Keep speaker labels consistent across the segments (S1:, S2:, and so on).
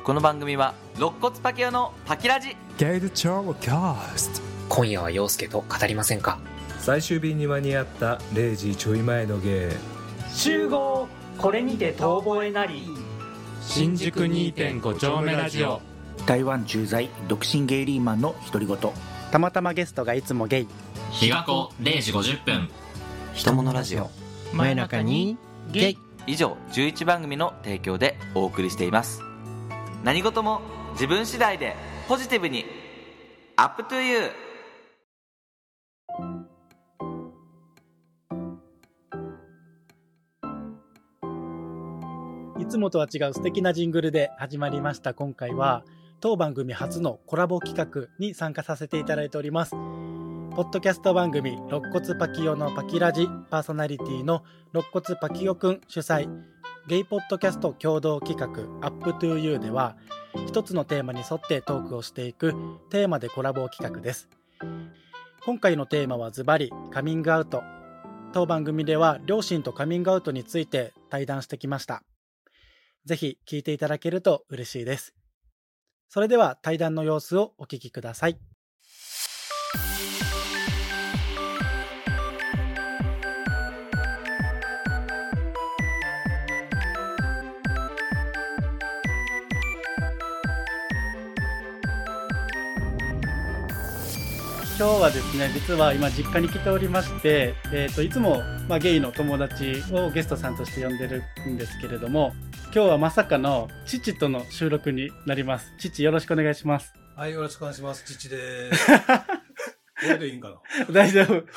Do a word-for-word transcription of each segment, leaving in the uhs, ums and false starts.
S1: この番組は肋骨パキオのパキラジ
S2: ゲイルチョーキャスト。
S3: 今夜は陽介と語りませんか。
S4: 最終便に間に合ったれいじちょい前のゲイ
S5: 集合これにて遠吠えなり
S2: 新宿 にてんご 丁目ラジオ。
S6: 台湾駐在独身ゲイリーマンの独り言。
S7: たまたまゲストがいつもゲイ。
S8: 日が子れいじごじゅっぷん。
S1: 人物ラジオ
S7: 真夜中にゲイ。
S1: 以上じゅういちばん組の提供でお送りしています。何事も自分次第でポジティブにアップトゥユー。
S7: いつもとは違う素敵なジングルで始まりました。今回は当番組初のコラボ企画に参加させていただいております。ポッドキャスト番組肋骨パキオのパキラジパーソナリティの肋骨パキオくん主催ゲイポッドキャスト共同企画アップトゥユーでは、一つのテーマに沿ってトークをしていくテーマでコラボ企画です。今回のテーマはズバリカミングアウト。当番組では両親とカミングアウトについて対談してきました。ぜひ聞いていただけると嬉しいです。それでは対談の様子をお聞きください。今日はですね、実は今実家に来ておりまして、えー、といつも、まあ、ゲイの友達をゲストさんとして呼んでるんですけれども、今日はまさかの父との収録になります。父、よろしくお願いします。
S9: はい、よろしくお願いします。父でーす。これでいいんかな。
S7: 大丈夫。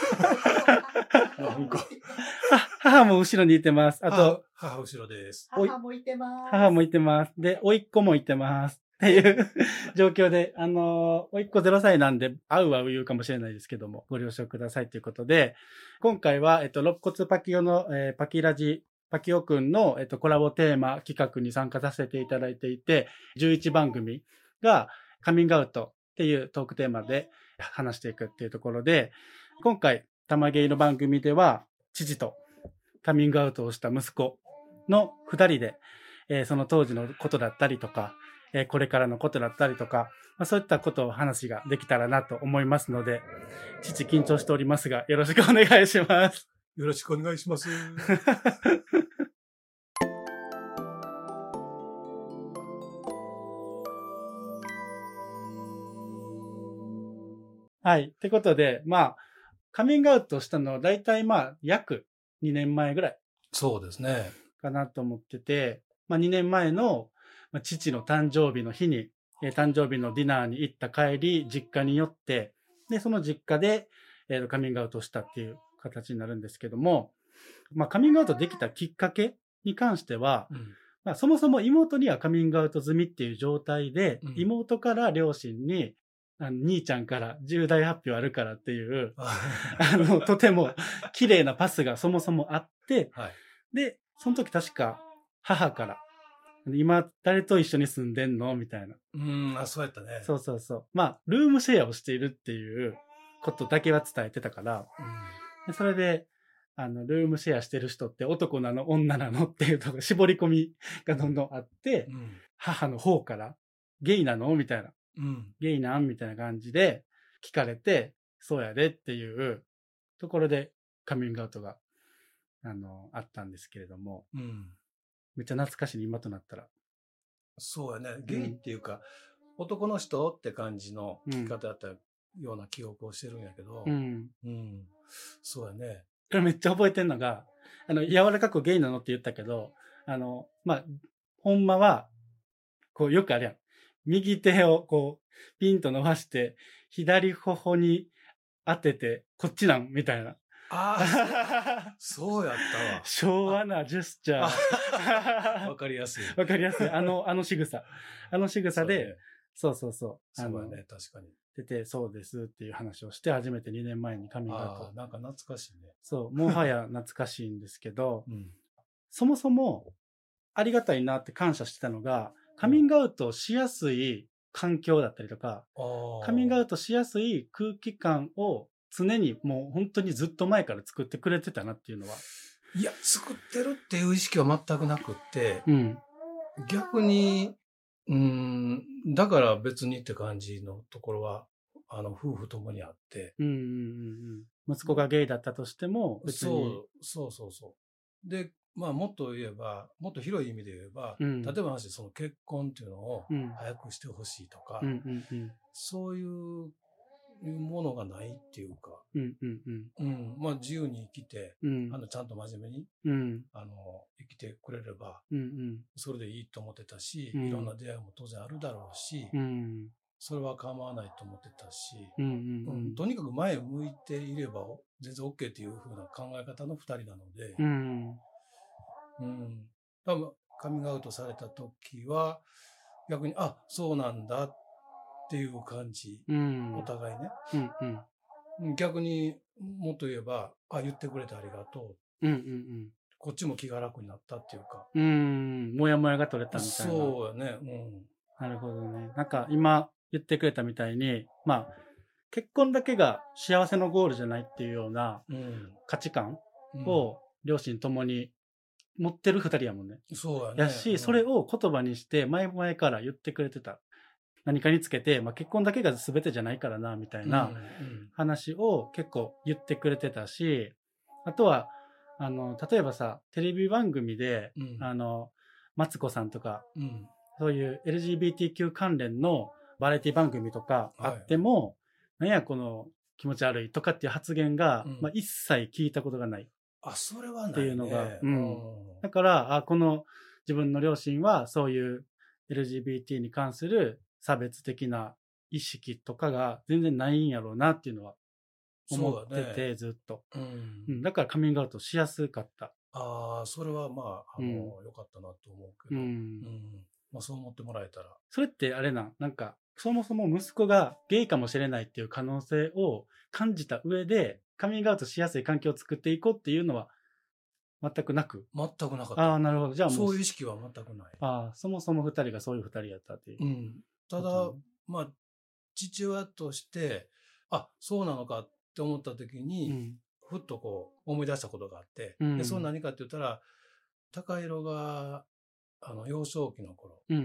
S7: 母も後ろにいてます。あと、
S9: 母、母後ろです。
S10: 母もいてます。
S7: 母もいてます。で、甥っ子もいてます。っていう状況で、あの、甥っ子ゼロさいなんで、会うは言うかもしれないですけども、ご了承くださいということで、今回は、えっと、肋骨パキオの、えー、パキラジ、パキオくんの、えっと、コラボテーマ企画に参加させていただいていて、じゅういちばん組がカミングアウトっていうトークテーマで話していくっていうところで、今回、玉ゲイの番組では、父とカミングアウトをした息子の二人で、えー、その当時のことだったりとか、えー、これからのことだったりとか、まあ、そういったことを話ができたらなと思いますので、父緊張しておりますが、よろしくお願いします。
S9: よろしくお願いします。
S7: はい。ってことで、まあ、カミングアウトしたのはだいたいまあ、約にねんまえぐらい。
S9: そうですね。
S7: かなと思ってて、まあにねんまえの父の誕生日の日に、えー、誕生日のディナーに行った帰り、実家に寄って、で、その実家で、えー、カミングアウトしたっていう形になるんですけども、まあカミングアウトできたきっかけに関しては、うん、まあそもそも妹にはカミングアウト済みっていう状態で、うん、妹から両親に、あの兄ちゃんから重大発表あるからっていう、あの、とても綺麗なパスがそもそもあって、はい、で、その時確か母から、今誰と一緒に住んでんのみたいな。
S9: うーん、あ、そうやったね。
S7: そうそうそう。まあ、ルームシェアをしているっていうことだけは伝えてたから、うん、でそれで、あの、ルームシェアしてる人って男なの女なのっていうとこ絞り込みがどんどんあって、うん、母の方からゲイなのみたいな。うん、ゲイなんみたいな感じで聞かれて、そうやでっていうところでカミングアウトが、あの、あったんですけれども、うん、めっちゃ懐かしい今となったら。
S9: そうやね。ゲイっていうか、うん、男の人って感じの聞き方だったような記憶をしてるんやけど、うん。うん、そうやね。
S7: これめっちゃ覚えてんのが、あの、柔らかくゲイなのって言ったけど、あの、まあ、ほんまは、こうよくあるやん。右手をこう、ピンと伸ばして、左頬に当てて、こっちなんみたいな。
S9: ああ、そうやったわ。
S7: 昭和なジェスチャ
S9: ー。わかりやすい。
S7: わかりやすい。あの、あの仕草。あの仕草で、そうそうそう。
S9: そうだね、確かに。
S7: 出て、そうですっていう話をして、初めてにねんまえにカミングアウト。
S9: ああ、なんか懐かしいね。
S7: そう、もはや懐かしいんですけど、うん、そもそも、ありがたいなって感謝してたのが、カミングアウトしやすい環境だったりとか、カミングアウトしやすい空気感を常にもう本当にずっと前から作ってくれてたなっていうのは。
S9: いや、作ってるっていう意識は全くなくって、
S7: うん、
S9: 逆にうん、だから別にって感じのところは、あの、夫婦ともにあって。
S7: うんうんうんうん。息子がゲイだったとしても、別に。
S9: そう、そうそうそう。で、まあもっと言えば、もっと広い意味で言えば、うん、例えば話、その結婚っていうのを早くしてほしいとか、うんうんうん、そういうものがないっていうか、うんうんうんうん、まあ自由に生きて、うん、あのちゃんと真面目に、うん、あの生きてくれれば、うんうん、それでいいと思ってたし、うん、いろんな出会いも当然あるだろうし、うん、それは構わないと思ってたし、うんうんうんうん、とにかく前を向いていれば全然 OK っていう風な考え方の二人なので、うんうん、多分カミングアウトされた時は逆にあそうなんだっていう感じ、うん、お互いね、うんうん、逆にもっと言えばあ言ってくれてありがとう、うんうんうん、こっちも気が楽になったっていうか、
S7: うん、もやもやが取れたみたいな。
S9: そうやね、うん、
S7: なるほどね。なんか今言ってくれたみたいに、まあ結婚だけが幸せのゴールじゃないっていうような価値観を両親ともに持ってる二人やもんね。
S9: そうやね。
S7: やし、うん、それを言葉にして前々から言ってくれてた。何かにつけて、まあ、結婚だけが全てじゃないからな、みたいな話を結構言ってくれてたし、あとは、あの、例えばさ、テレビ番組で、うん、あの、マツコさんとか、うん、そういう エルジービーティーキュー 関連のバラエティ番組とかあっても、はい、なんやこの気持ち悪いとかっていう発言が、うん、まあ、一切聞いたことがない。
S9: あ、それはないね。
S7: っていうのが、うん。だから、あ、この自分の両親はそういう エルジービーティー に関する差別的な意識とかが全然ないんやろうなっていうのは思ってて、ね、ずっと、うんうん。だからカミングアウトしやすかった。
S9: ああ、それはまあ、あの、うん、よかったなと思うけど、うんうん、まあそう思ってもらえたら。
S7: それってあれな、なんか、そもそも息子がゲイかもしれないっていう可能性を感じた上で、カミングアウトしやすい環境を作っていこうっていうのは全くなく。
S9: 全くなかった。
S7: ああ、なるほど。じゃあもう。
S9: そういう意識は全くない。
S7: ああ、そもそも二人がそういう二人やったっていう。
S9: うん。ただ、まあ、父親として、あ、そうなのかって思った時に、うん、ふっとこう思い出したことがあって、うん、で、それ何かって言ったら、高弘が、あの、幼少期の頃、うんうんうん、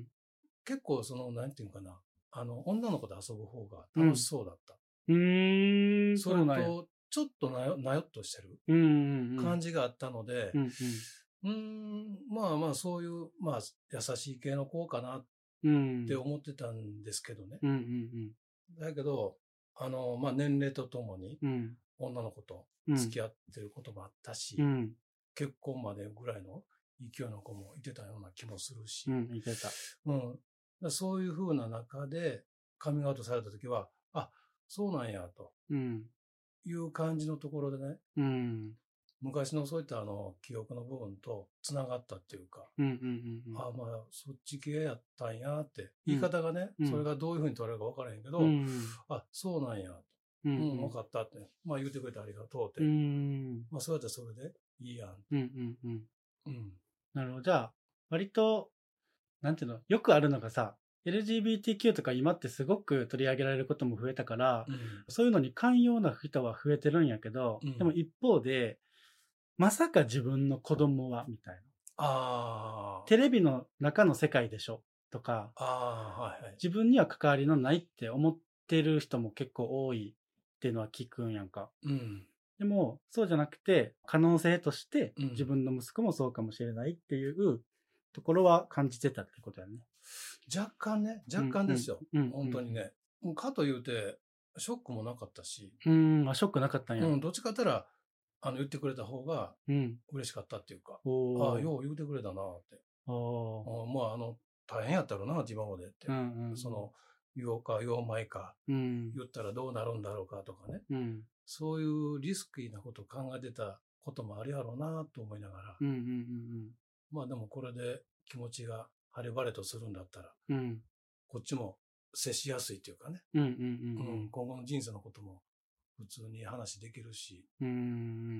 S9: 結構その、なんていうのかな、あの、女の子と遊ぶ方が楽しそうだった。うん、うーんそれと、ちょっとなよ、なよっとしてる感じがあったので、うんうん、うーんまあまあそういう、まあ優しい系の子かなって思ってたんですけどね。うんうんうん、だけど、あの、まあ年齢とともに女の子と付き合ってることもあったし、うん、結婚までぐらいの勢いの子もいてたような気もするし、うん、いてた。うん、そういう風な中でカミングアウトされた時は、あ、そうなんやと。うんいう感じのところでね、うん、昔のそういったあの記憶の部分とつながったっていうか、うんうんうんうん、あまあそっち系やったんやって、言い方がね、うん、それがどういうふうに取られるか分からへんけど、うん、あそうなんや、うん、うん、分かったって、まあ言うてくれてありがとうって、うん、まあそうやったらそれでいいやん。うんうんうん
S7: うん、なるほど。じゃあ割となんていうのよくあるのがさ。エルジービーティーキュー とか今ってすごく取り上げられることも増えたから、うん、そういうのに寛容な人は増えてるんやけど、うん、でも一方で、まさか自分の子供は、みたいな。あテレビの中の世界でしょとかあ、はいはい、自分には関わりのないって思ってる人も結構多いっていうのは聞くんやんか。うん、でも、そうじゃなくて、可能性として自分の息子もそうかもしれないっていうところは感じてたってことやね。
S9: 若干ね、若干ですよ。うんうん、本当にね。かというて、ショックもなかったし。
S7: うん、あ、ショックなかったんや。
S9: うん、どっちかって言ったら、あの、言ってくれた方が、嬉しかったっていうか、うん、ああ、よう言うてくれたなって。ああまあ、あの、大変やったろうな、今までって。うんうん、その、言おうか、言おうまいか、うん、言ったらどうなるんだろうかとかね。うん、そういうリスキーなことを考えてたこともあるやろうなと思いながら。うんうんうんうん、まあでもこれで気持ちが、晴れ晴れとするんだったら、うん、こっちも接しやすいというかね、うんうんうんうん、今後の人生のことも普通に話できるし。うん、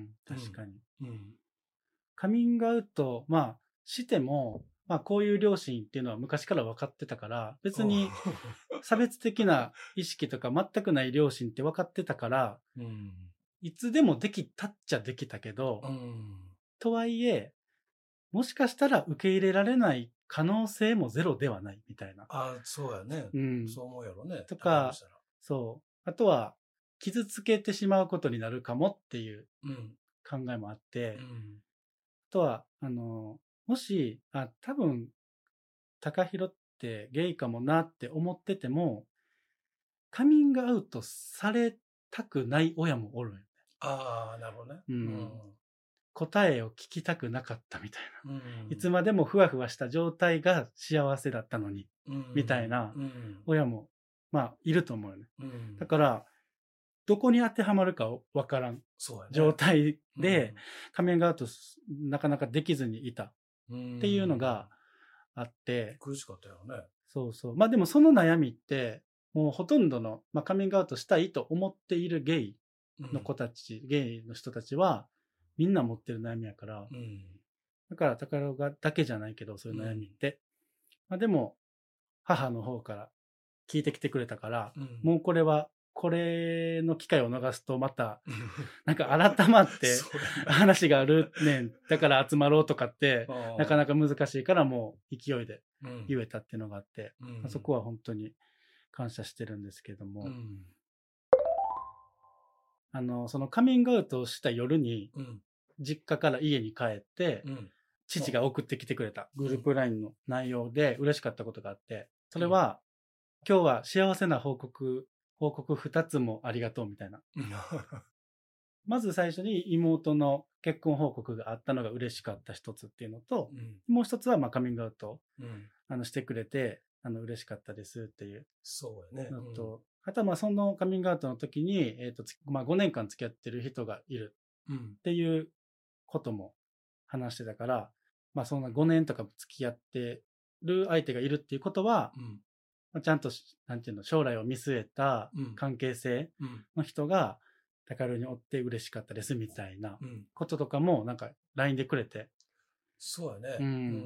S7: 確かに、うんうん。カミングアウト、まあ、しても、まあ、こういう両親っていうのは昔から分かってたから、別に差別的な意識とか全くない両親って分かってたから、うん、いつでもできたっちゃできたけど、うん、とはいえ、もしかしたら受け入れられない可能性もゼロではないみたいな。
S9: あ、そうやね。うん。そう思うやろね。
S7: とか、そう。あとは、傷つけてしまうことになるかもっていう考えもあって、うんうん、あとは、あの、もし、あ、多分、高弘ってゲイかもなって思ってても、カミングアウトされたくない親もおるんよね。
S9: ああ、なるほどね。
S7: うん。うん、答えを聞きたくなかったみたいな、うん。いつまでもふわふわした状態が幸せだったのに、うん、みたいな親も、まあ、いると思うよね。うん、だから、どこに当てはまるかわからん状態で、カミングアウトなかなかできずにいたっていうのがあって。
S9: 苦しかったよね。
S7: そうそう。まあでもその悩みって、もうほとんどの、まあ、カミングアウトしたいと思っているゲイの子たち、うん、ゲイの人たちは、みんな持ってる悩みやから、うん、だから高弘がだけじゃないけど、そういう悩みって。うん、まあでも、母の方から聞いてきてくれたから、うん、もうこれは、これの機会を逃すとまた、なんか改まって話があるねん。だから集まろうとかって、なかなか難しいからもう勢いで言えたっていうのがあって、うんまあ、そこは本当に感謝してるんですけども、うん、あの、そのカミングアウトをした夜に、実家から家に帰って、うん、父が送ってきてくれたグループラインの内容で嬉しかったことがあって、それは、うん、今日は幸せな報告、報告二つもありがとうみたいな。まず最初に妹の結婚報告があったのが嬉しかった一つっていうのと、うん、もう一つはまあカミングアウト、うん、あのしてくれてあの嬉しかったですっていう
S9: そうやね、
S7: のと、うん、あとはまあそのカミングアウトの時に、えーとまあ、ごねんかん付き合ってる人がいるっていうことも話してたから、まあそんなごねんとか付き合ってる相手がいるっていうことは、うんちゃんと、なんていうの、将来を見据えた関係性の人が、高弘におって嬉しかったですみたいなこととかも、なんか ライン でくれて。
S9: そうやね。
S7: うん。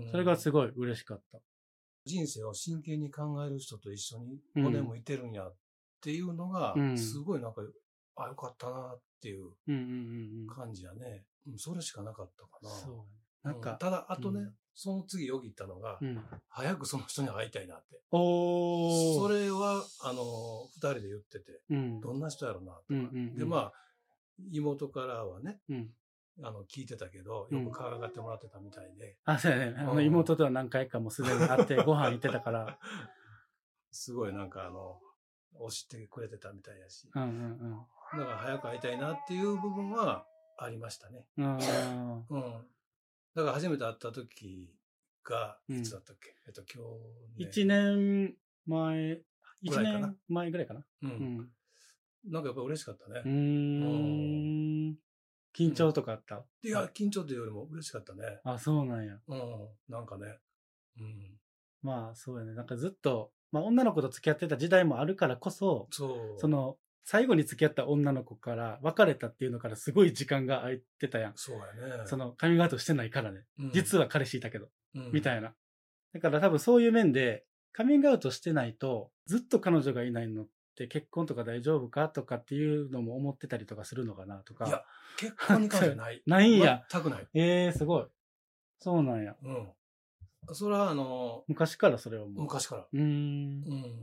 S7: それがすごい嬉しかった。
S9: 人生を真剣に考える人と一緒にごねんもいてるんやっていうのが、すごいなんか、あ、よかったなっていう感じやね。うん、それしかなかったかな。そう。なんか、うん、ただ、あとね、うん、その次よぎったのが、うん、早くその人に会いたいなって。おそれは、あの、二人で言ってて、うん、どんな人やろうなとか、うんうんうん。で、まあ、妹からはね、うん、あの、聞いてたけど、よく可愛がってもらってたみたいで。
S7: うん、あ、そうやね。あの、妹とは何回かもすでに会ってご飯行ってたから。
S9: すごいなんかあの、推してくれてたみたいやし。うんうんうん。だから早く会いたいなっていう部分はありましたね。うん。うんだから初めて会った時が、いつだったっけ、うん、えっと、今日、ね。
S7: 一年前、一年前ぐらいかな。うん。うん、
S9: なんかやっぱ嬉しかったね。
S7: うーん。緊張とかあった、うん、
S9: いや、緊張っていうよりも嬉しかったね。
S7: あ、そうなんや。
S9: うん。なんかね。
S7: うん。まあ、そうやね。なんかずっと、まあ女の子と付き合ってた時代もあるからこそ、そう。その、最後に付き合った女の子から別れたっていうのからすごい時間が空いてたやん。
S9: そうやね。
S7: そのカミングアウトしてないからね。うん、実は彼氏いたけど、うん。みたいな。だから多分そういう面でカミングアウトしてないとずっと彼女がいないのって結婚とか大丈夫かとかっていうのも思ってたりとかするのかなとか。
S9: いや、結婚に関してない。
S7: ないんや。
S9: 全くない。
S7: ええー、すごい。そうなんや。
S9: うん。それはあの、
S7: 昔からそれはもう。
S9: 昔から。
S7: うーん。うん。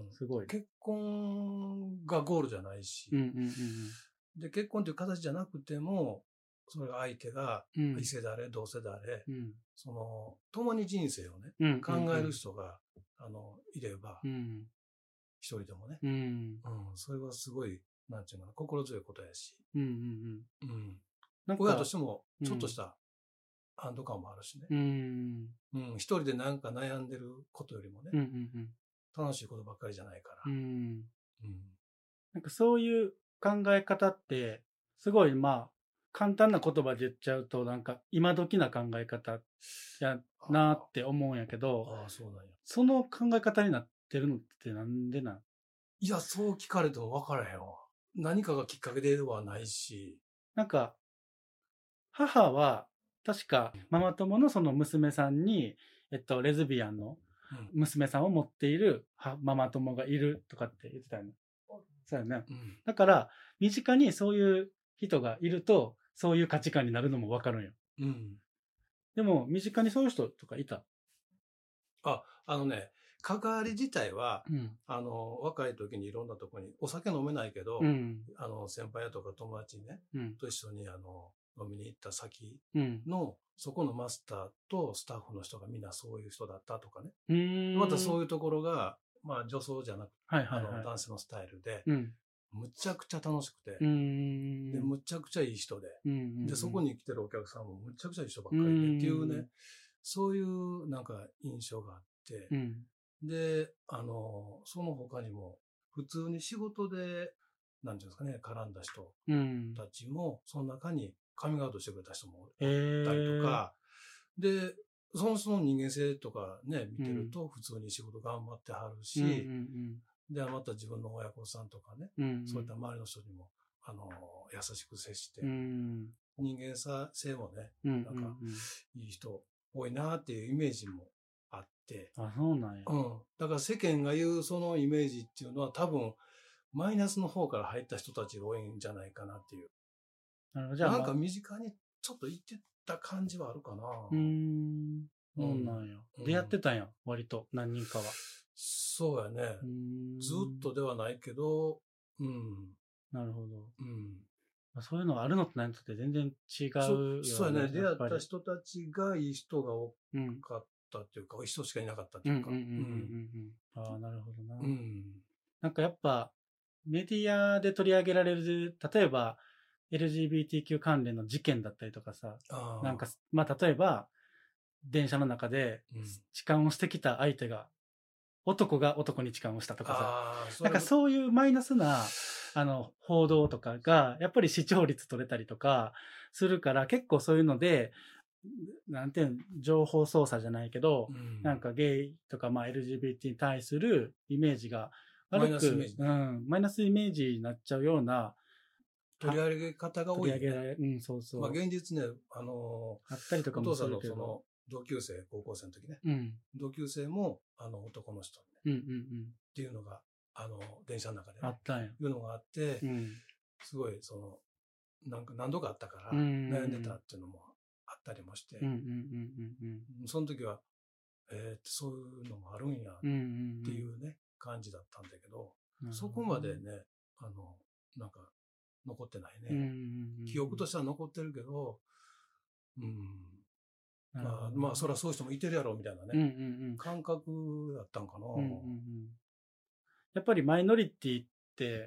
S7: すごい。
S9: 結婚がゴールじゃないし、うんうんうんうん、で、結婚という形じゃなくても、それが相手が、異性であれ、同性であれ、うん、その、共に人生をね、うんうんうん、考える人が、あの、いれば、うん、一人でもね、うんうん、それはすごい、なんていうのかな、心強いことやし、うんうんうんうん、なんか親としても、ちょっとした、安堵感もあるしね。うん。うん。一人でなんか悩んでることよりもね。うんうんうん。楽しいことばっかりじゃないから。うん。うん。
S7: なんかそういう考え方って、すごいまあ、簡単な言葉で言っちゃうと、なんか今時な考え方やなって思うんやけど、ああ、そうなんや。その考え方になってるのってなんでなん？
S9: いや、そう聞かれても分からへんわ。何かがきっかけではないし。
S7: なんか、母は、確か、ママ友のその娘さんに、えっと、レズビアンの娘さんを持っているママ友がいるとかって言ってたよね。そうよね。うん、だから、身近にそういう人がいると、そういう価値観になるのもわかるんよ。うん。でも、身近にそういう人とかいた？
S9: あ、あのね、関わり自体は、
S7: うん、
S9: あの、若い時にいろんなとこに、お酒飲めないけど、うん、あの、先輩やとか友達ね、うん、と一緒にあの、飲みに行った先の、うん、そこのマスターとスタッフの人がみんなそういう人だったとかね。うーんまたそういうところが、まあ女装じゃなくて、はいはいはい、あの男性のスタイルで、うん、むちゃくちゃ楽しくて、うーんでむちゃくちゃいい人で、うんうんうん、で、そこに来てるお客さんもむちゃくちゃいい人ばっかりで、っていうね、そういうなんか印象があって、うん、で、あの、その他にも、普通に仕事で、なんていうんですかね、絡んだ人たちも、その中にカミングアウトしてくれた人もいたりとか、で、その人の人間性とかね、見てると、普通に仕事頑張ってはるし、うんうんうん、で、また自分の親子さんとかね、うんうん、そういった周りの人にも、あの、優しく接して、うん、人間性もね、うんうんうん、なんか、いい人多いなっていうイメージもあって。
S7: あ、そうなんや。
S9: うん。だから世間が言うそのイメージっていうのは多分、マイナスの方から入った人たちが多いんじゃないかなっていう。
S7: なるほど。じゃあ、
S9: なんか身近にちょっと言ってた感じはあるかな。
S7: うーん。そうなんや。うん、出会ってたんや、割と、何人かは。
S9: そうやね。ずっとではないけど、うん。
S7: なるほど。うん。そういうのがあるのとないのって全然違うよね。
S9: そ, そうやね。出会った人たちがいい人が多かったっていうか、うん、いい人しかいなかったっていうか。
S7: ああ、なるほどな。うん。なんかやっぱ、メディアで取り上げられる、例えば、エルジービーティーキュー 関連の事件だったりとかさ、なんか、まあ、例えば、電車の中で痴漢をしてきた相手が、男が男に痴漢をしたとかさ、なんかそういうマイナスな、あの、報道とかが、やっぱり視聴率取れたりとかするから、結構そういうので、なんていうの、情報操作じゃないけど、うん、なんかゲイとか、まあ エルジービーティー に対するイメージが悪く、マイナスイメージ、ね、うん、マイナスイメージになっちゃうような、
S9: 取り上げ方が多い、ね。
S7: 取り上げられ、うん、そうそう。
S9: まあ現実ね、あのー、
S7: あったりとかもするけど。
S9: お父さんのその、同級生、高校生の時ね。うん、同級生も、あの、男の人にね、うんうんうん。っていうのが、あの、電車の中で、ね、
S7: あったんや。
S9: いうのがあって、うん、すごい、その、なんか何度かあったから、悩んでたっていうのもあったりもして、その時は、えー、そういうのもあるんや、っていうね、感じだったんだけど、うんうん、そこまでね、あの、なんか、残ってないね、うんうんうん。記憶としては残ってるけど、うん。まあ、まあ、そりゃそういう人もいてるやろ、みたいなね、うんうんうん、感覚だったんかな、うんうんうん。
S7: やっぱりマイノリティって、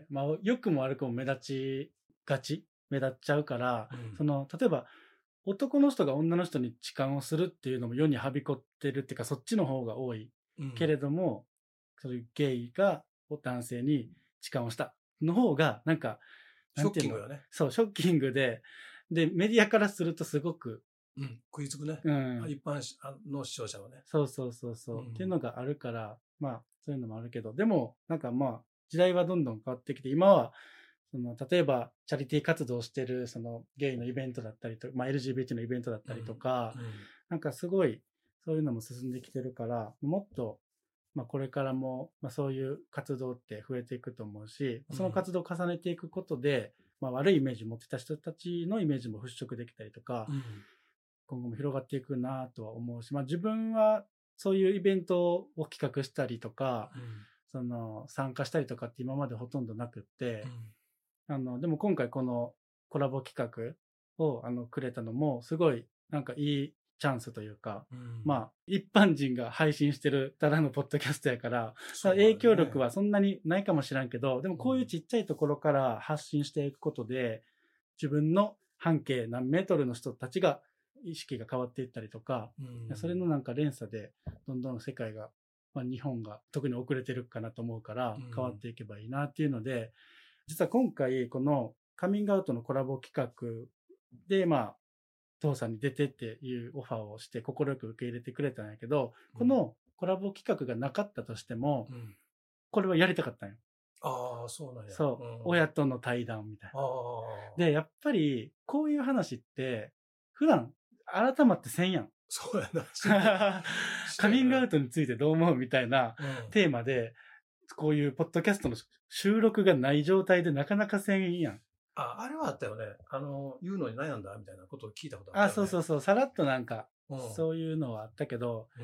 S7: まあ、良くも悪くも目立ちがち目立っちゃうから、うん、その、例えば、男の人が女の人に痴漢をするっていうのも世にはびこってるっていうか、そっちの方が多い。うん、けれども、そういうゲイが男性に痴漢をしたの方が、なんか、
S9: ショッキングよね。
S7: そう、ショッキングで、で、メディアからするとすごく、
S9: うん、食いつくね。うん。一般の視聴者はね。
S7: そうそうそうそう、うん。っていうのがあるから、まあ、そういうのもあるけど、でも、なんかまあ、時代はどんどん変わってきて、今は、その、例えば、チャリティー活動してる、その、ゲイのイベントだったりとか、まあ、エルジービーティー のイベントだったりとか、うんうん、なんかすごい、そういうのも進んできてるから、もっと、まあ、これからも、まあ、そういう活動って増えていくと思うし、その活動を重ねていくことで、まあ、悪いイメージを持ってた人たちのイメージも払拭できたりとか、うん、今後も広がっていくなとは思うし、まあ、自分はそういうイベントを企画したりとか、うん、その参加したりとかって今までほとんどなくって、うん、あのでも今回このコラボ企画をあのくれたのもすごいなんかいいチャンスというか、うん、まあ一般人が配信してるただのポッドキャストやから、ね、影響力はそんなにないかもしれんけど、でもこういうちっちゃいところから発信していくことで、自分の半径何メートルの人たちが意識が変わっていったりとか、うん、それのなんか連鎖でどんどん世界が、まあ、日本が特に遅れてるかなと思うから変わっていけばいいなっていうので、うん、実は今回このカミングアウトのコラボ企画で、まあ父さんに出てっていうオファーをして快く受け入れてくれたんやけど、うん、このコラボ企画がなかったとしても、うん、これはやりたかったんよ。
S9: ああ、そうなんや。
S7: そう、うん、親との対談みたいな。で、やっぱりこういう話って普段改まってせんやん。
S9: そうやな。
S7: カミングアウトについてどう思うみたいなテーマで、こういうポッドキャストの収録がない状態でなかなかせんやん。
S9: あ、あれはあったよね。あの、言うのに悩んだみたいなことを聞いたことあった、ね。
S7: あ、そうそうそう。さらっとなんか、うん、そういうのはあったけど、うん、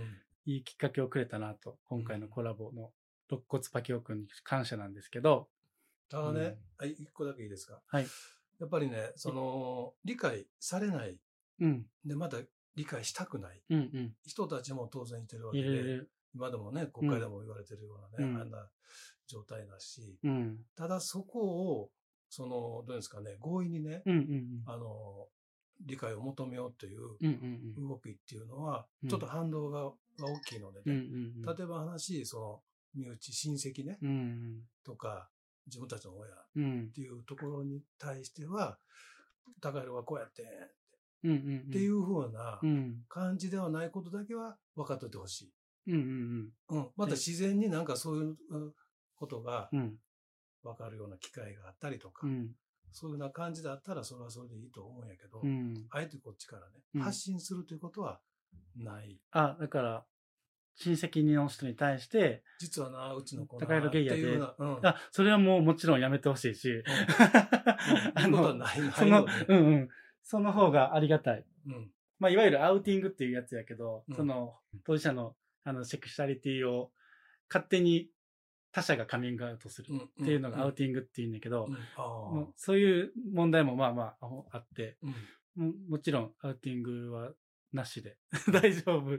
S7: いいきっかけをくれたなと、今回のコラボの肋骨パキオくんに感謝なんですけど。
S9: ただね、うん、一個だけいいですか。
S7: はい。
S9: やっぱりね、その、理解されない。
S7: うん。
S9: で、また理解したくない。
S7: うんうん。
S9: 人たちも当然いてるわけで、
S7: いるいる
S9: 今でもね、国会でも言われてるようなね、うん、あんな状態だし、
S7: うん、た
S9: だそこを、その、どうですかね、強引にね、
S7: うんうんうん、
S9: あの、理解を求めようという動きっていうのは、ちょっと反動が大きいのでね、うんうんうん、例えば話、その、身内、親戚ね、うんうん、とか、自分たちの親っていうところに対しては、高弘はこうやって、うんうんうん、っていう風な感じではないことだけは分かっといてほしい。うんうんうんうん、また自然になんかそういうことが分かるような機会があったりとか、うん、そういうような感じだったらそれはそれでいいと思うんやけど、うん、あえてこっちからね、うん、発信するということはない。
S7: あ、だから、親戚の人に対して、
S9: 実はな、うちの子
S7: 高弘ゲイヤで、うん、あ、それはもうもちろんやめてほしいし、うん、
S9: あの、ないない
S7: その、うんうん、その方がありがたい。うん、まあ、いわゆるアウティングっていうやつやけど、うん、その、当事者の、あの、セクシャリティを勝手に他者がカミングアウトするっていうのがアウティングっていうんだけど、うんうん、そういう問題もまあまああって、うん、もちろんアウティングはなしで大丈夫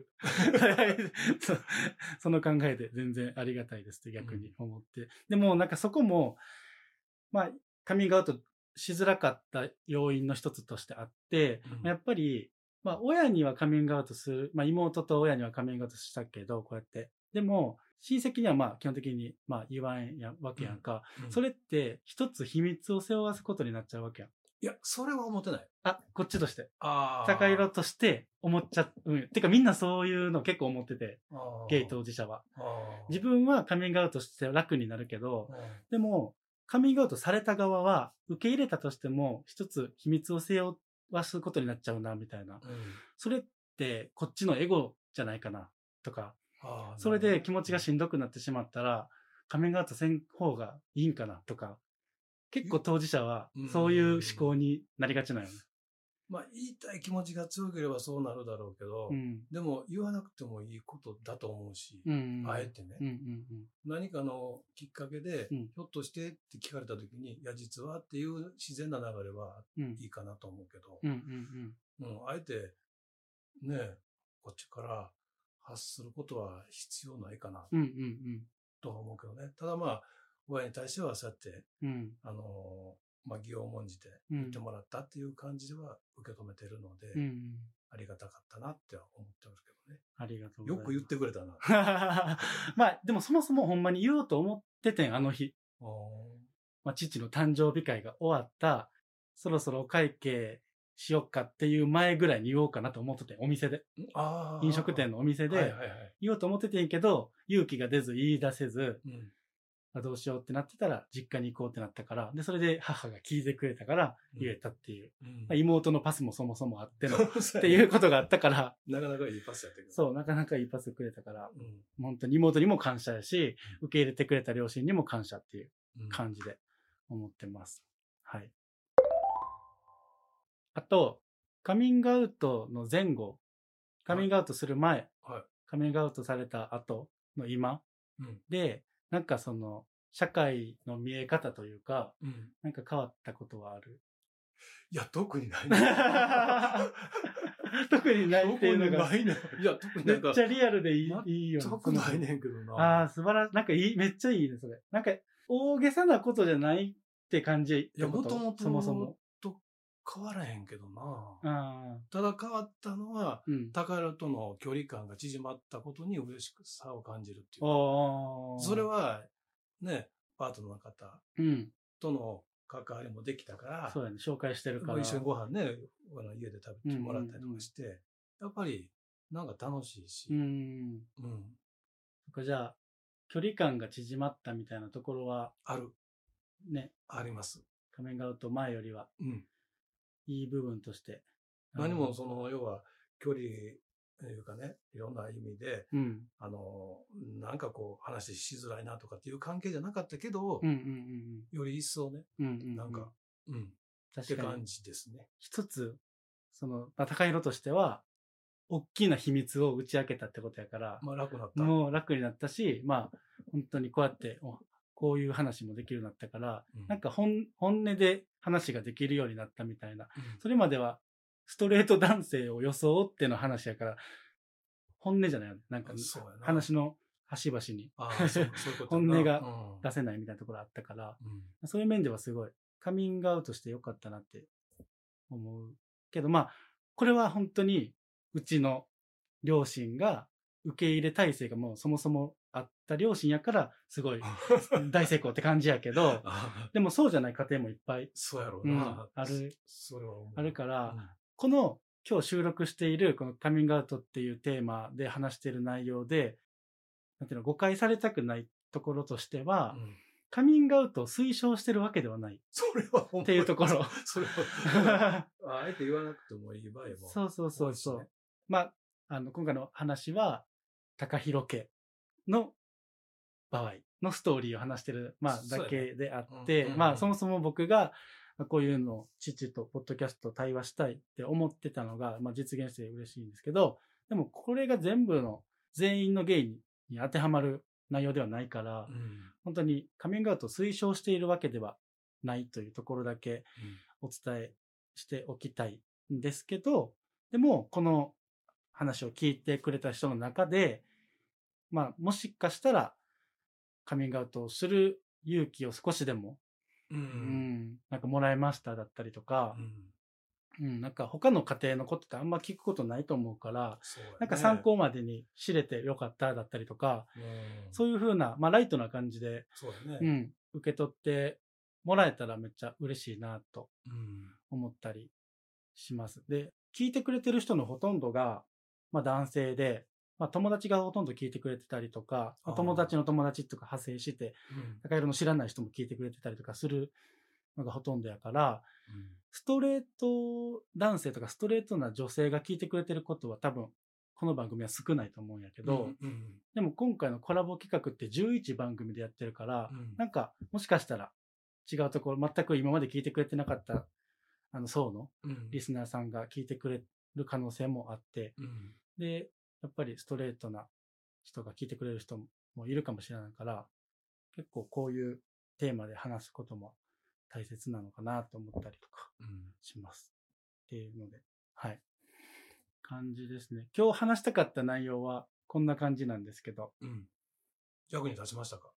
S7: そ。その考えで全然ありがたいですって逆に思って。うん、でもなんかそこも、まあカミングアウトしづらかった要因の一つとしてあって、うん、やっぱり、まあ親にはカミングアウトする、まあ妹と親にはカミングアウトしたけど、こうやって。でも、親戚にはまあ基本的にまあ言わんやわけやんか。うんうん、それって一つ秘密を背負わすことになっちゃうわけやん。
S9: いや、それは思ってない。
S7: あ、こっちとして。ああ。高色として思っちゃう。うん。てかみんなそういうの結構思ってて、ゲイ当事者は。自分はカミングアウトして楽になるけど、でも、カミングアウトされた側は受け入れたとしても一つ秘密を背負わすことになっちゃうな、みたいな。うん、それってこっちのエゴじゃないかな、とか。それで気持ちがしんどくなってしまったら、カミングアウトせん方がいいんかな、とか。結構当事者はそういう思考になりがちなよね。
S9: まあ言いたい気持ちが強ければそうなるだろうけど、うん、でも言わなくてもいいことだと思うし、うんうん、あえてね、うんうんうん、何かのきっかけで、うん、ひょっとしてって聞かれた時に、いや実はっていう自然な流れはいいかなと思うけど、うんうんうんうん、あえてね、こっちから発することは必要ないかな、うんうんうん、と思うけどね。ただまあ、親に対してはそうやって、うん、あの、まあ、義を重んじて言ってもらったっていう感じでは受け止めてるので、うん、ありがたかったなって思ってますけどね。
S7: ありがとうございます。
S9: よく言ってくれたな。
S7: まあ、でもそもそもほんまに言おうと思っててん、あの日。まあ、父の誕生日会が終わった、そろそろお会計しよっかっていう前ぐらいに言おうかなと思っててん、お店で。あ飲食店のお店で、言おうと思っててんけど、勇気が出ず言い出せず、うんどうしようってなってたら実家に行こうってなったから、で、それで母が聞いてくれたから言えたっていう。うんまあ、妹のパスもそもそもあってのっていうことがあったから。
S9: なかなかいいパスやったけど。
S7: そう、なかなかいいパスくれたから、うん、本当に妹にも感謝やし、受け入れてくれた両親にも感謝っていう感じで思ってます。はい。あと、カミングアウトの前後、カミングアウトする前、はい、カミングアウトされた後の今、うん、で、なんかその、社会の見え方というか、うん、なんか変わったことはある？
S9: いや、特にない。
S7: 特にないっていうのが。
S9: ないね。いや、特にない。
S7: めっちゃリアルでいい、ま、いいよね。
S9: 特にないねんけどな。
S7: ああ、素晴らしい。なんかいい、めっちゃいいね、それ。なんか、大げさなことじゃないって感じ。
S9: いや、もともと、そもそも。と変わらへんけどな。あただ変わったのは、うん、高弘との距離感が縮まったことに嬉しさを感じるっていう。あそれは、ね、パートナーの方との関わりもできたから、
S7: うん、そうやね、紹介してるから。
S9: 一緒にご飯ね、家で食べてもらったりとかして、うんうんうん、やっぱり、なんか楽しいし。うん。うん。
S7: そっか、じゃあ、距離感が縮まったみたいなところは、
S9: ある。
S7: ね。
S9: あります。
S7: カミングアウト前よりは、うん。いい部分として。
S9: 何もその、要は、距離、いうかね、いろんな意味で、うん、あの、なんかこう話しづらいなとかっていう関係じゃなかったけど、うんうんうん、より一層ね、うんうんうん、なんか、うん、確かにって感じですね。
S7: 一つ、その、まあ、高弘としては、 大きな秘密を打ち明けたってことやから、
S9: まあ楽になった。
S7: もう楽になったし、まあ、本当にこうやって、こういう話もできるようになったから、うん、なんか本、本音で話ができるようになったみたいな。うん、それまでは、ストレート男性を装っての話やから、本音じゃないよね。なんか、話の端々に本音が出せないみたいなところあったから、うん、そういう面ではすごいカミングアウトしてよかったなって思うけど、まあ、これは本当にうちの両親が受け入れ体制がもうそもそもあった両親やからすごい大成功って感じやけど、でもそうじゃない家庭もいっぱい
S9: そうやろうな、
S7: うん、ある、
S9: それは
S7: あるから、うん、この今日収録しているこのカミングアウトっていうテーマで話している内容で、なんていうの、誤解されたくないところとしては、うん、カミングアウトを推奨してるわけではない。
S9: それは
S7: っていうところ。
S9: それは、あえて言わなくてもいい場合も。
S7: そうそうそうそう。ね、まあ、あの、今回の話は、高弘家の場合のストーリーを話してる、まあ、だけであって、ねうんうんうん、まあ、そもそも僕が、こういうのを父とポッドキャストと対話したいって思ってたのが、まあ、実現して嬉しいんですけど、でもこれが全部の全員のゲイに当てはまる内容ではないから、うん、本当にカミングアウトを推奨しているわけではないというところだけお伝えしておきたいんですけど、でもこの話を聞いてくれた人の中で、まあもしかしたらカミングアウトをする勇気を少しでもうんうん、なんかもらえましただったりとか、うんうん、なんか他の家庭のことってあんま聞くことないと思うから、そうだね、なんか参考までに知れてよかっただったりとか、うん、そういう風な、まあライトな感じで、そうだね、うん、受け取ってもらえたらめっちゃ嬉しいなと思ったりします。で、聞いてくれてる人のほとんどが、まあ男性で、まあ友達がほとんど聞いてくれてたりとか、友達の友達とか派生して、高弘の知らない人も聞いてくれてたりとかするのがほとんどやから、うん、ストレート男性とかストレートな女性が聞いてくれてることは多分この番組は少ないと思うんやけど、うんうん、でも今回のコラボ企画ってじゅういちばん組でやってるから、うん、なんかもしかしたら違うところ、全く今まで聞いてくれてなかったあの層のリスナーさんが聞いてくれる可能性もあって、うん、で、やっぱりストレートな人が聞いてくれる人もいるかもしれないから、結構こういうテーマで話すことも大切なのかなと思ったりとかします。うん、っていうので、はい。感じですね。今日話したかった内容はこんな感じなんですけど。うん。
S9: 役に立ちましたか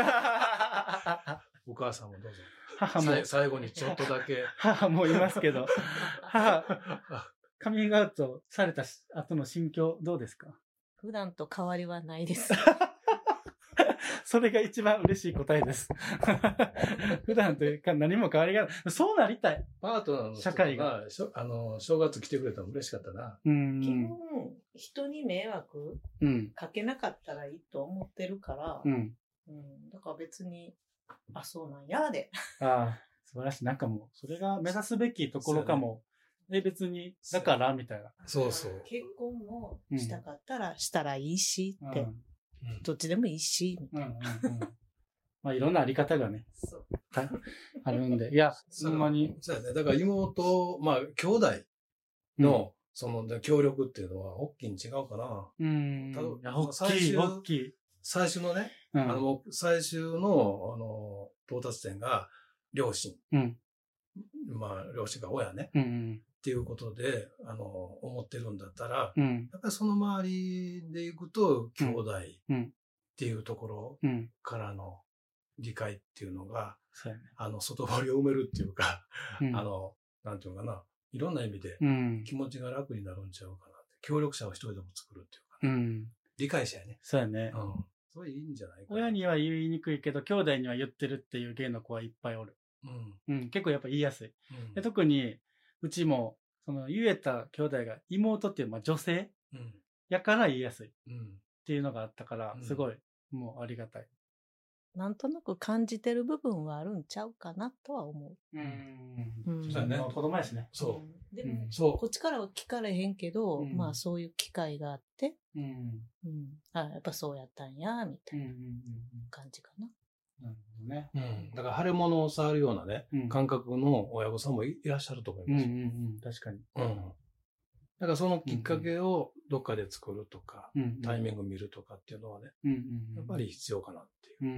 S9: お母さんもどうぞ。
S7: 母も。
S9: 最後にちょっとだけ。
S7: 母もいますけど。母、カミングアウトされた後の心境どうですか？
S10: 普段と変わりはないです。
S7: それが一番嬉しい答えです。普段というか何も変わりがない。そうなりたい。
S9: パートナーの人が社会があの正月来てくれたの嬉しかったな。うん、
S10: 基本人に迷惑かけなかったらいいと思ってるから、うんうん、だから別にあそうなんやで。
S7: ああ素晴らしい。なんかもうそれが目指すべきところかも。で別にだからみたいな。
S9: そうそう。
S10: 結婚もしたかったらしたらいいしって、うん、どっちでもいいしみたいな。うんうんうん、
S7: まあいろんなあり方がねあるんで、いやほんまに。
S9: そうやね。だから妹まあ兄弟の、うん、その協力っていうのは大きいに違うかな。うん。ただ
S7: 大きい大きい。
S9: 最初のね、うん、あの最終のあの到達点が両親。うん、まあ両親が親ね。うんうんっていうことで、あの、思ってるんだったら、うん、やっぱりその周りでいくと、兄弟っていうところからの理解っていうのが、うんうん、あの、外堀を埋めるっていうか、うん、あの、なんていうのかな、いろんな意味で気持ちが楽になるんちゃうかなって。協力者を一人でも作るっていうか、ね、うん、理解者やね。
S7: そうやね。
S9: うん。それいいんじゃないかな。
S7: 親には言いにくいけど、兄弟には言ってるっていう芸の子はいっぱいおる。うん。うん、結構やっぱ言いやすい。うん、で特に、うちも、その言えた兄弟が妹っていう、まあ、女性、うん、やから言いやすいっていうのがあったから、すごい、もうありがたい。
S10: なんとなく感じてる部分はあるんちゃうかなとは思う。うん。
S7: うん。そうだね。子供やしね。
S9: そう。
S10: でも、そうこっちからは聞かれへんけど、うん、まあそういう機会があって、うん。うん。あ、やっぱそうやったんや、みたいな感じかな。
S9: なるほどね。うん。だから、腫れ物を触るようなね、うん、感覚の親御さんもいらっしゃると思います。うんうんうん。
S7: 確かに。
S9: うん。 だからそのきっかけをどっかで作るとか、
S7: うんうん、
S9: タイミング見るとかっていうのはね、
S7: うんうんうん、
S9: やっぱり必要かなっていう。うん。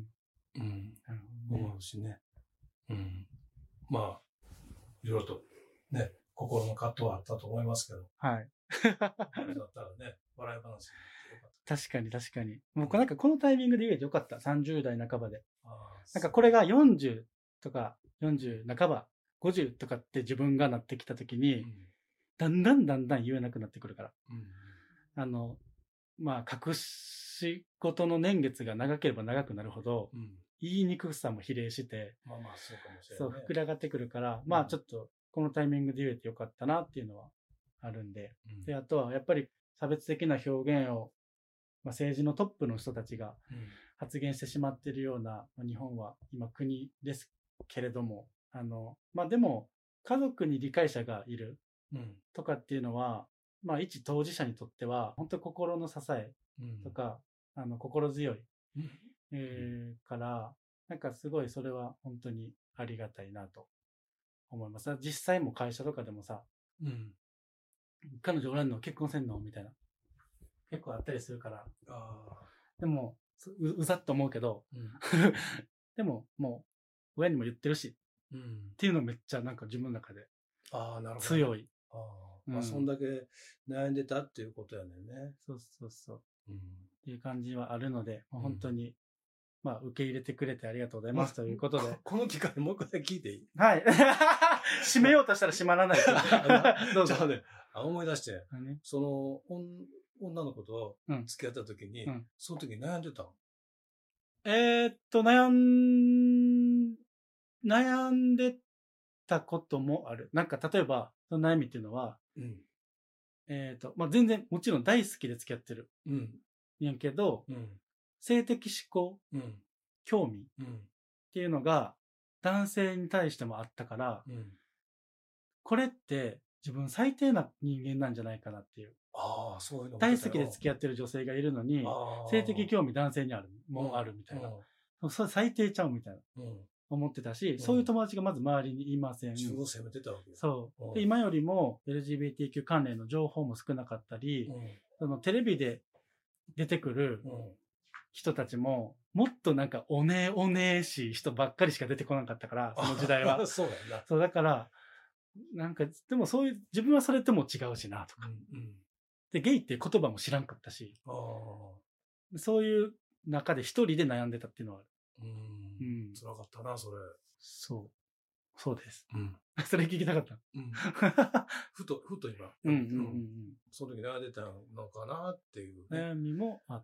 S9: うん。なるほどね、思うしね。うん。まあ、いろいろとね、心の葛藤はあったと思いますけど。
S7: はい。
S9: だったらね、笑い話。
S7: 確かに確かに。もうなんかこのタイミングで言えてよかった。さんじゅう代半ばで。
S9: あ
S7: なんかこれがよんじゅうとかよんじゅう半ば、ごじゅうとかって自分がなってきたときに、うん、だんだんだんだん言えなくなってくるから。うん、あの、まあ、隠し事の年月が長ければ長くなるほど、うん、言いにくさも比例して、
S9: まあまあそうかもしれない、ね。
S7: そう、膨れ上がってくるから、うん、まあちょっとこのタイミングで言えてよかったなっていうのはあるんで。うん、で、あとはやっぱり差別的な表現を、まあ、政治のトップの人たちが発言してしまっているような、まあ、日本は今国ですけれども、あの、まあでも家族に理解者がいるとかっていうのは、うん、まあ一当事者にとっては本当に心の支えとか、うん、あの心強い、うんえー、からなんかすごいそれは本当にありがたいなと思います。実際も会社とかでもさ、うん、彼女おらんの結婚せんのみたいな結構あったりするから、あでも う, うざっと思うけど、うん、でももう親にも言ってるし、うん、っていうのめっちゃなんか自分の中で強い。
S9: ああ、まあ、そんだけ悩んでたっていうことやねんね。
S7: そうそうそう。うん、っていう感じはあるので、うん、本当に、まあ、受け入れてくれてありがとうございますということで。
S9: この機会もう一回聞いていい？
S7: はい。閉めようとしたら閉まらない。
S9: どうぞ。ね、あ思い出して、その、女の子と付き合った時に、うん、その時悩んでたの？
S7: えー、っと、悩ん、悩んでたこともある。なんか例えば、その悩みっていうのは、うん、えっと、まあ、全然もちろん大好きで付き合ってる。うん。やんけど、うん、性的指向、うん、興味っていうのが男性に対してもあったから、うん、これって自分最低な人間なんじゃないかなっていう。
S9: ああ、そういうの
S7: 大好きで付き合ってる女性がいるのに、性的興味男性にある、もあるみたいな。うん、それ最低ちゃうみたいな。うん思ってたし、うん、そういう友達がまず周りにいません。
S9: 自分を責めてたわけ。
S7: そう。で、今よりも エルジービーティーキュー 関連の情報も少なかったり、うん、そのテレビで出てくる人たちも、もっとなんかおねおねしい人ばっかりしか出てこなかったから、その時代は。
S9: そうやな。
S7: そう、だから、なんか、でもそういう、自分はそれとも違うしな、とか、うんうん。で、ゲイっていう言葉も知らんかったし、あそういう中で一人で悩んでたっていうのはある。
S9: うんうん、辛かったな、それ。
S7: そう。そうです。うん、それ聞きたかった。うん、
S9: ふと、ふと今。
S7: うんうんうんうん。
S9: その時悩んでたのかなっていう、
S7: ね。悩みもあった。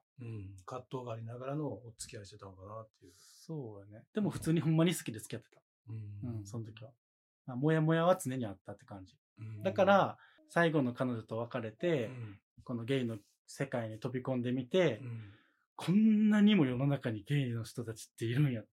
S9: うん。葛藤がありながらのお付き合いしてたのかなっていう。
S7: そうやね。でも普通にほんまに好きで付き合ってた。うん。うん、その時は。まあ、もやもやは常にあったって感じ。うん、だから、最後の彼女と別れて、うん、このゲイの世界に飛び込んでみて、うんこんなにも世の中にゲイの人たちっているんやって、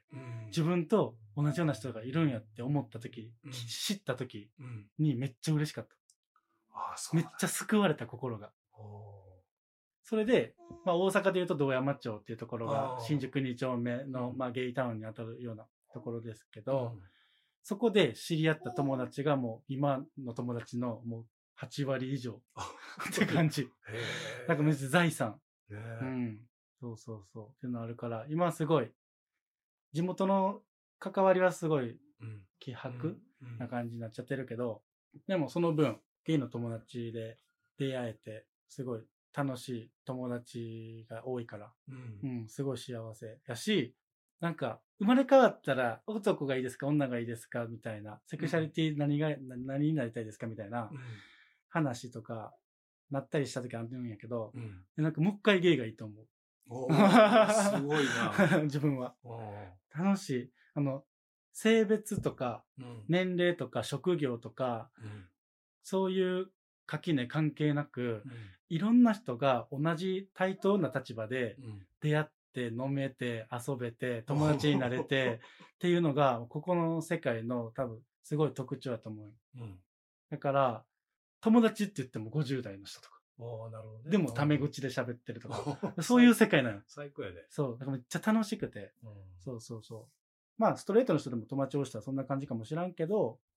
S7: うん、自分と同じような人がいるんやって思った時、うん、知った時にめっちゃ嬉しかった。
S9: ああそう
S7: めっちゃ救われた心が。それで、まあ、大阪で言うと堂山町っていうところが新宿に丁目の、まあ、ゲイタウンに当たるようなところですけど、うん、そこで知り合った友達がもう今の友達のもうはち割以上って感じ。なんかめっちゃ財産。うんそうそうそう。っていうのあるから、今すごい、地元の関わりはすごい、希薄な感じになっちゃってるけど、でもその分、ゲイの友達で出会えて、すごい楽しい友達が多いから、うん、うん、すごい幸せやし、なんか、生まれ変わったら男がいいですか女がいいですかみたいな、セクシャリティ何が、うん、何になりたいですかみたいな話とか、なったりした時あるんやけど、うん、なんかもう一回ゲイがいいと思う。
S9: おすごいな。
S7: 自分は。楽しい。あの、性別とか、うん、年齢とか職業とか、うん、そういう垣根関係なく、うん、いろんな人が同じ対等な立場で出会って飲めて遊べて友達になれてっていうのが、ここの世界の多分すごい特徴だと思う。うん、だから、友達って言ってもごじゅう代の人とか。
S9: おなるほどね、
S7: でもタメ口で喋ってるとか。そういう世界なの。
S9: 最高やで。
S7: そう。だからめっちゃ楽しくて。うん、そうそうそう。まあ、ストレートの人でも友達をしたらそんな感じかもしらんけど、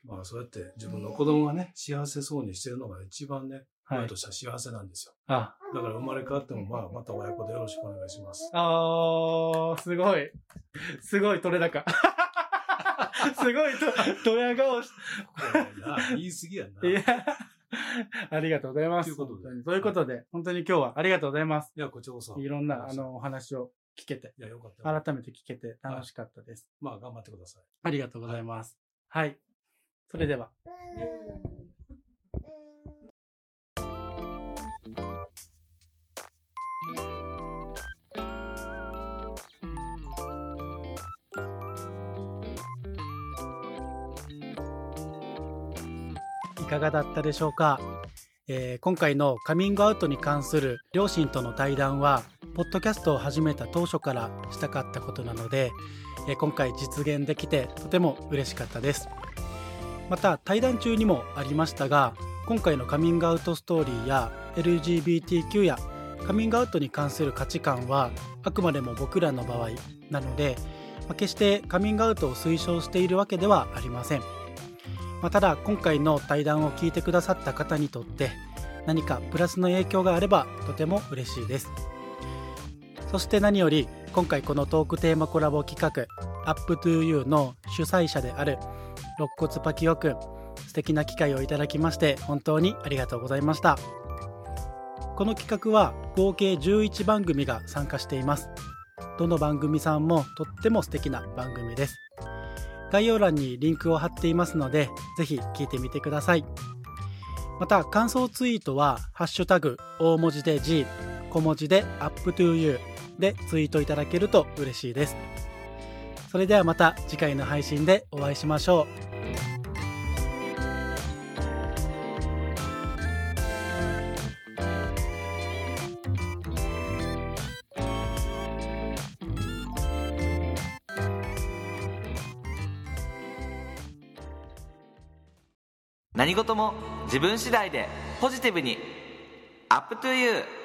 S9: まあそうやって自分の子供がね、幸せそうにしてるのが一番ね、親としては幸せなんですよ。
S7: あ
S9: だから生まれ変わっても、まあ、また親子でよろしくお願いします。
S7: あー、すごい。すごい取れ高。すごいと、ドヤ顔し
S9: 言い過ぎやな。
S7: いや、ありがとうございます。
S9: ということで。
S7: そういうことで、本当に今日はありがとうございます。
S9: いや、こちらこそ。
S7: いろんな、あの、お話を聞けて。
S9: いや、よかった。
S7: 改めて聞けて楽しかったです。
S9: まあ、頑張ってください。
S7: ありがとうございます。はい。はい、それでは。いかがだったでしょうか。えー、今回のカミングアウトに関する両親との対談はポッドキャストを始めた当初からしたかったことなので、えー、今回実現できてとても嬉しかったです。また対談中にもありましたが、今回のカミングアウトストーリーや エルジービーティーキュー やカミングアウトに関する価値観はあくまでも僕らの場合なので、まあ、決してカミングアウトを推奨しているわけではありません。まあ、ただ今回の対談を聞いてくださった方にとって何かプラスの影響があればとても嬉しいです。そして何より今回このトークテーマコラボ企画 アップトゥーユー の主催者である肋骨パキオくん、素敵な機会をいただきまして本当にありがとうございました。この企画は合計じゅういちばんぐみが参加しています。どの番組さんもとっても素敵な番組です。概要欄にリンクを貼っていますので、ぜひ聞いてみてください。また感想ツイートはハッシュタグ大文字で G、 小文字で アップトゥーユー でツイートいただけると嬉しいです。それではまた次回の配信でお会いしましょう。
S1: 何事も自分次第でポジティブに。アップトゥーユー。